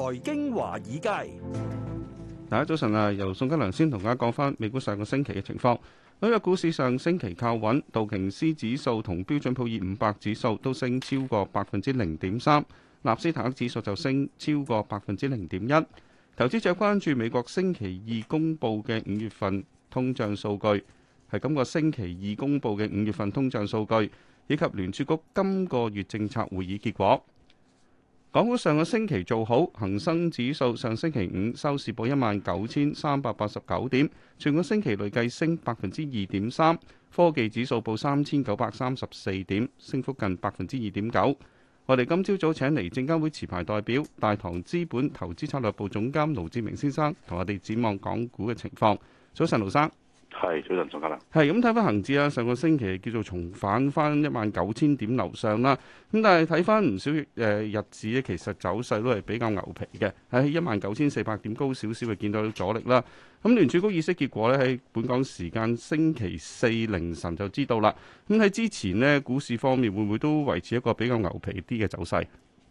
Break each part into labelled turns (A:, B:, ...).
A: 財經華爾街，
B: 大家早晨啊！由宋吉良先同大家講翻美股上個星期嘅情況。紐約股市上星期靠穩，道瓊斯指數同標準普爾500指數都升超過0.3%，納斯達克指數就升超過0.1%。投資者關注美國星期二公佈嘅5月份通脹數據，係今個星期二公佈嘅5月份通脹數據，以及聯儲局今個月政策會議結果。港股上個星期做好，恒生指數上星期五收市報19,389點，全個星期累計升2.3%。科技指數報3,934點，升幅近2.9%。我哋今朝早請嚟證監會持牌代表大唐資本投資策略部總監盧志明先生，同我哋展望港股嘅情況。早晨，盧生。
C: 係，早晨，宋家良。
B: 係咁睇翻恒指啊，上個星期叫做重返翻19,000點樓上啦。咁但係睇翻唔少日子咧，其實走勢都係比較牛皮嘅，喺19,400點高少少，就見到阻力啦。咁聯儲局議息結果咧，喺本港時間星期四凌晨就知道啦。咁喺之前呢，股市方面會唔會都維持一個比較牛皮啲嘅走勢？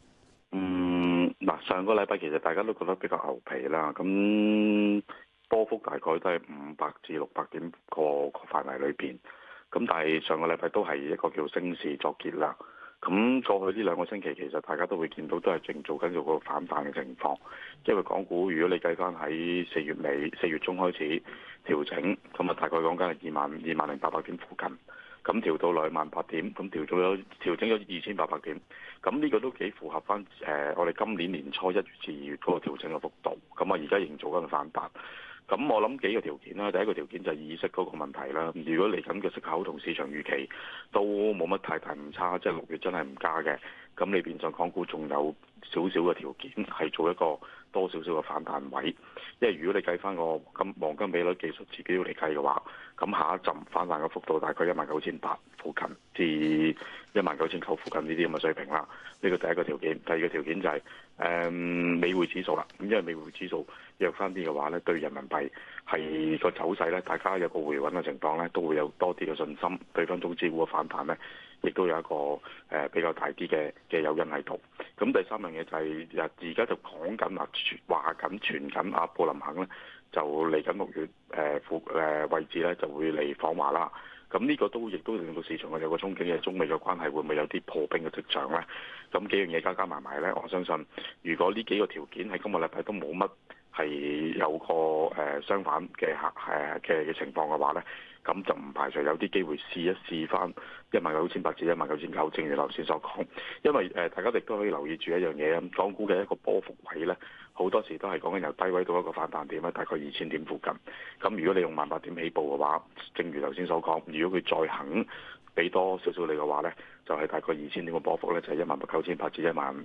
C: 嗱，上個禮拜其實大家都覺得比較牛皮啦。咁波幅大概都係500至600點個範圍裏邊，咁但係上個禮拜都係一個叫升市作結啦。咁過去呢2個星期其實大家都會見到都係正做緊個反彈嘅情況，因為港股如果你計翻喺4月尾、4月中開始調整，咁啊大概講緊係20800點附近，咁調到28000點，咁調整咗2800點，咁呢個都幾符合翻我哋今年年初1月至2月嗰個調整嘅幅度，咁啊而家營造緊個反彈。咁我諗幾個條件啦，第一個條件就係議息嗰個問題啦。如果嚟緊嘅息口同市場預期都冇乜太大誤差，即係6月真係唔加嘅，咁你變相港股仲有少少嘅條件係做一個多少少嘅反彈位。因為如果你計翻個黃金比率技術指標嚟計嘅話，咁下一陣反彈嘅幅度大概19,800附近至19,900附近呢啲咁嘅水平啦。呢個第一個條件，第二個條件就係美匯指數啦。咁因為美匯指數弱翻啲嘅話咧，對人民幣係個走勢咧，大家有個回穩嘅情況咧，都會有多啲嘅信心。對翻中資股嘅反彈咧，亦都有一個比較大啲嘅誘因喺度。咁第三樣嘢就係而家就講緊話傳緊阿布林肯咧，就嚟緊6月位置咧就會嚟訪華啦。咁呢個亦都令到市場有個憧憬嘅中美嘅關係會唔會有啲破冰嘅跡象咧？咁幾樣嘢加埋咧，我相信如果呢幾個條件喺今個禮拜都冇乜係有個相反嘅情況嘅話咧，咁就唔排除有啲機會試翻19,800至19,900，正如頭先所講。因為大家亦都可以留意住一樣嘢，港股嘅一個波幅位咧，好多時都係講緊由低位到一個反彈點咧，大概2,000點附近。咁如果你用1800點起步嘅話，正如頭先所講，如果佢再肯俾多少少你嘅話咧，就係大概2,000點嘅波幅咧，就係19,800至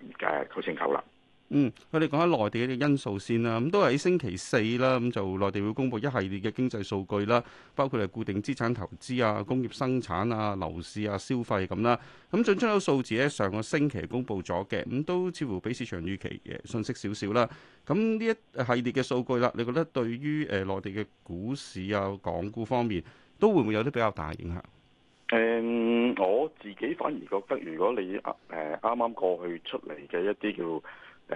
C: 19,900啦。
B: 佢哋講下內地嘅因素先啦，咁都係喺星期四啦，咁就內地會公布一系列嘅經濟數據啦，包括係固定資產投資啊、工業生產啊、樓市啊、消費咁啦。咁進出口數字咧，上個星期公布咗嘅，咁都似乎比市場預期嘅信息少少啦。咁呢一系列嘅數據啦，你覺得對於內地嘅股市啊、港股方面，都會唔會有啲比較大影響？
C: 我自己反而覺得，如果你啱啱過去出嚟嘅一啲叫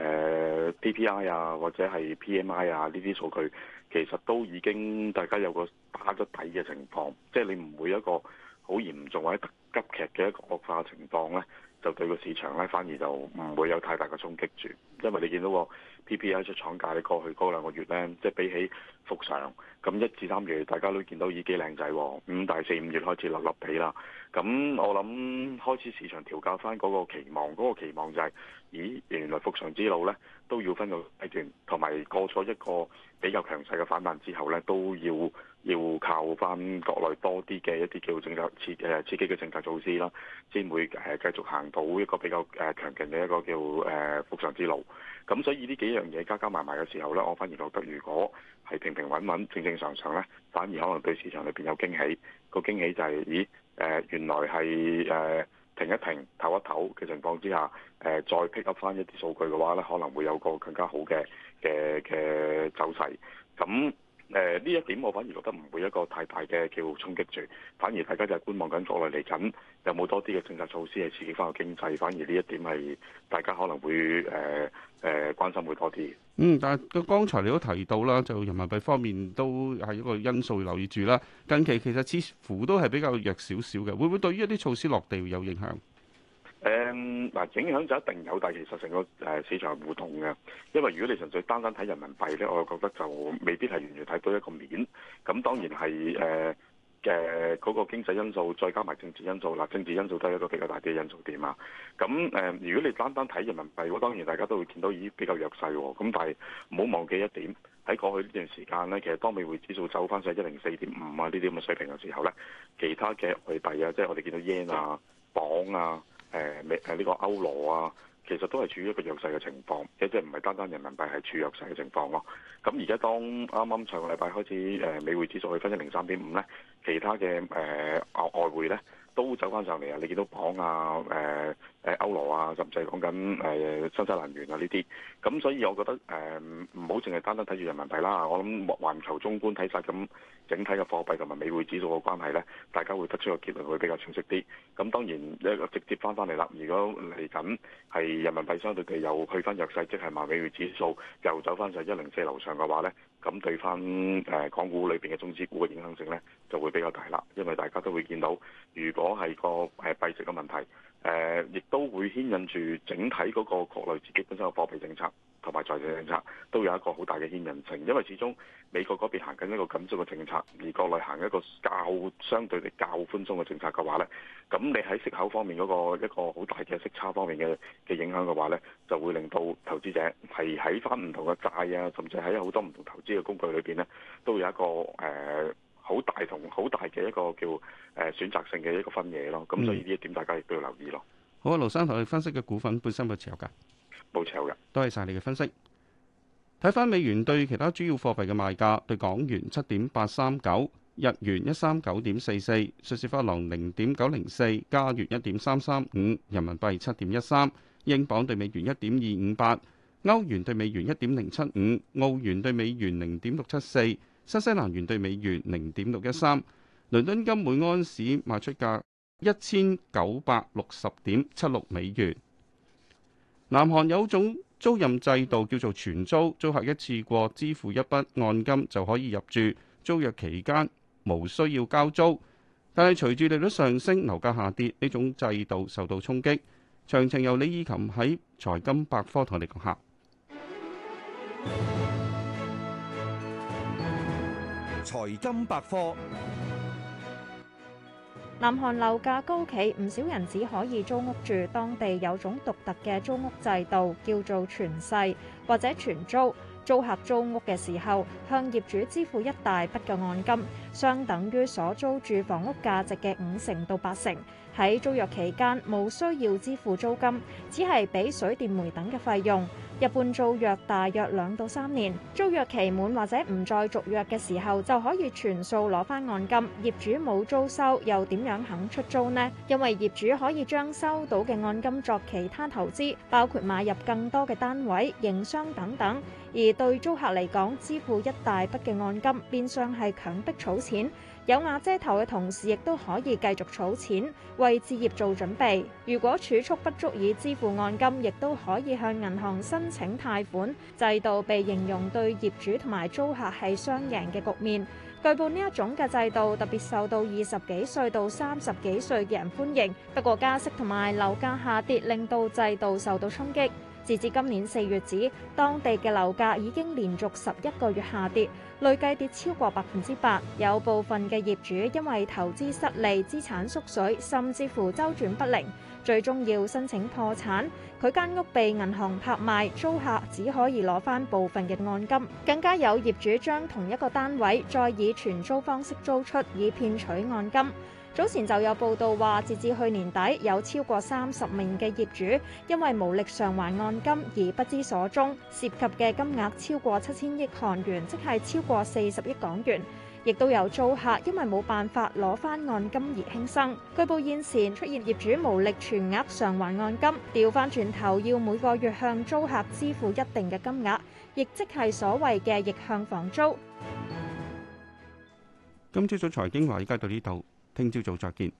C: PPI 啊，或者係 PMI 啊，呢啲數據其實都已經大家有個打咗底嘅情況，即係你唔會一個好嚴重或者急劇嘅一個惡化情況呢，就對個市場呢反而就唔會有太大嘅衝擊住，因為你見到個 PPI 出廠價，你過去嗰2個月呢，即係比起復常，咁1至3月大家都見到已經靚仔喎，咁但係4、5月開始立地啦。咁我諗開始市場調校翻嗰個期望，嗰個期望就係，咦，原來復常之路呢都要分個階段，同埋過咗一個比較強勢嘅反彈之後呢，都要靠翻國內多啲嘅一啲叫政策刺激嘅政策措施啦，先會繼續行到一個比較強勁嘅一個叫復常之路。咁所以呢幾樣嘢加埋嘅時候呢，我反而覺得如果係平平穩穩、正正常常呢，反而可能對市場裏邊有驚喜。個驚喜就係，咦，原來係停一停、唞一唞嘅情況之下，再 pick up 翻一啲數據嘅話呢，可能會有個更加好嘅走勢。咁呢一點我反而覺得唔會一個太大嘅叫衝擊住，反而大家就係觀望緊國內嚟緊有冇多啲嘅政策措施係刺激翻個經濟，反而呢一點係大家可能會關心會多啲。
B: 但係剛才你都提到啦，就人民幣方面都係一個因素要留意住啦。近期其實似乎都係比較弱少少嘅，會唔會對於一啲措施落地會有影響？
C: 影響就一定有，但係其實成個市場係互動嘅。因為如果你純粹單單睇人民幣咧，我覺得就未必係完全睇到一個面。咁當然係嗰個經濟因素，再加埋政治因素啦。政治因素都係一個比較大啲嘅因素點啊。咁如果你單單睇人民幣，當然大家都會見到已經比較弱勢喎。咁但係唔好忘記一點，喺過去呢段時間呢，其實當美匯指數走翻上104.5啊呢啲咁嘅水平嘅時候呢，其他嘅外幣啊，即係我哋見到 yen 啊、鎊啊。呢個歐羅啊，其實都係處於一個弱勢嘅情況，即係唔係單單人民幣係處弱勢嘅情況咯。咁而家當啱啱上個禮拜開始美匯指數去翻103.5咧，其他嘅外匯咧都走翻上嚟啊！你見到鎊啊、歐羅啊，甚至係講緊新西蘭元啊呢啲，咁所以我覺得唔好淨係單單睇住人民幣啦。我諗環球中觀睇晒咁整體嘅貨幣同埋美匯指數嘅關係咧，大家會得出個結論會比較清晰啲。咁當然一個直接翻嚟啦。如果嚟緊係人民幣相對地又去翻弱勢，即係話美匯指數又走翻上104樓上嘅話咧，咁對翻港股裏邊嘅中資股嘅影響性咧就會比較大啦。因為大家都會見到，如果係個幣值嘅問題，亦都會牽引住整體嗰個國內自己本身嘅貨幣政策同埋財政政策都有一個好大嘅牽引性。因為始終美國嗰邊行緊一個緊縮嘅政策，而國內行一個相對地較寬鬆嘅政策嘅話咧，咁你喺息口方面嗰個一個好大嘅息差方面嘅影響嘅話咧，就會令到投資者係喺翻唔同嘅債啊，甚至喺好多唔同投資嘅工具裏邊咧，都有一個好大嘅一個叫選擇性嘅一個分野咯。咁所以呢一點大家亦都要留意咯。
B: 好啊，盧生同你分析嘅股份本身有冇持有㗎？
C: 冇持有嘅。多
B: 謝晒你嘅分析。睇翻美元對其他主要貨幣嘅賣價，對港元7.839，日元139.44，瑞士法郎0.904，加元1.335，人民幣7.13，英鎊對美元1.258，歐元對美元1.075，澳元對美元0.674，新西蘭元對美元0.613。倫敦金每安士賣出價1960.76美元。南韓有種租賃制度叫做全租，租客一次過支付一筆按金就可以入住，租約期間無需要交租。但係隨住利率上升、樓價下跌，呢種制度受到衝擊。詳情由李以琴喺財金百科同我哋講下。
A: 財金百科。
D: 南韓樓價高企，唔少人只可以租屋住。當地有種獨特嘅租屋制度，叫做全世或者全租。租客租屋嘅時候，向業主支付一大筆嘅按金，相等於所租住房屋價值嘅50%到80%。喺租約期間，無需要支付租金，只係俾水電煤等嘅費用。一般租約大約2到3年，租約期滿或者唔再續約嘅時候，就可以全數攞返按金。業主冇租收，又點樣肯出租呢？因為業主可以將收到嘅按金作其他投資，包括買入更多嘅單位、營商等等。而對租客嚟講，支付一大筆嘅按金，變相係強迫儲錢。有瓦遮頭嘅同時，亦都可以繼續儲錢，為置業做準備。如果儲蓄不足以支付按金，亦都可以向銀行申請貸款。制度被形容對業主同埋租客係雙贏嘅局面。據報呢一種嘅制度特別受到20幾歲到30幾歲嘅人歡迎。不過加息同埋樓價下跌，令到制度受到衝擊。截至今年4月止，當地嘅樓價已經連續11個月下跌，累計跌超過8%。有部分嘅業主因為投資失利、資產縮水，甚至乎周轉不靈，最終要申請破產。佢間屋被銀行拍賣，租客只可以攞返部分嘅按金。更加有業主將同一個單位再以全租方式租出，以騙取按金。早前就有報道話，截至去年底，有超過30名嘅業主因為無力償還按金而不知所蹤，涉及嘅金額超過7000億韓元，即係超過40億港元。亦都有租客因為冇辦法攞返按金而輕生。據報現時出現業主無力全額償還按金，調返轉頭要每個月向租客支付一定嘅金額，亦即係所謂嘅逆向房租。
B: 今朝早財經華爾街到呢度，聽朝早再見。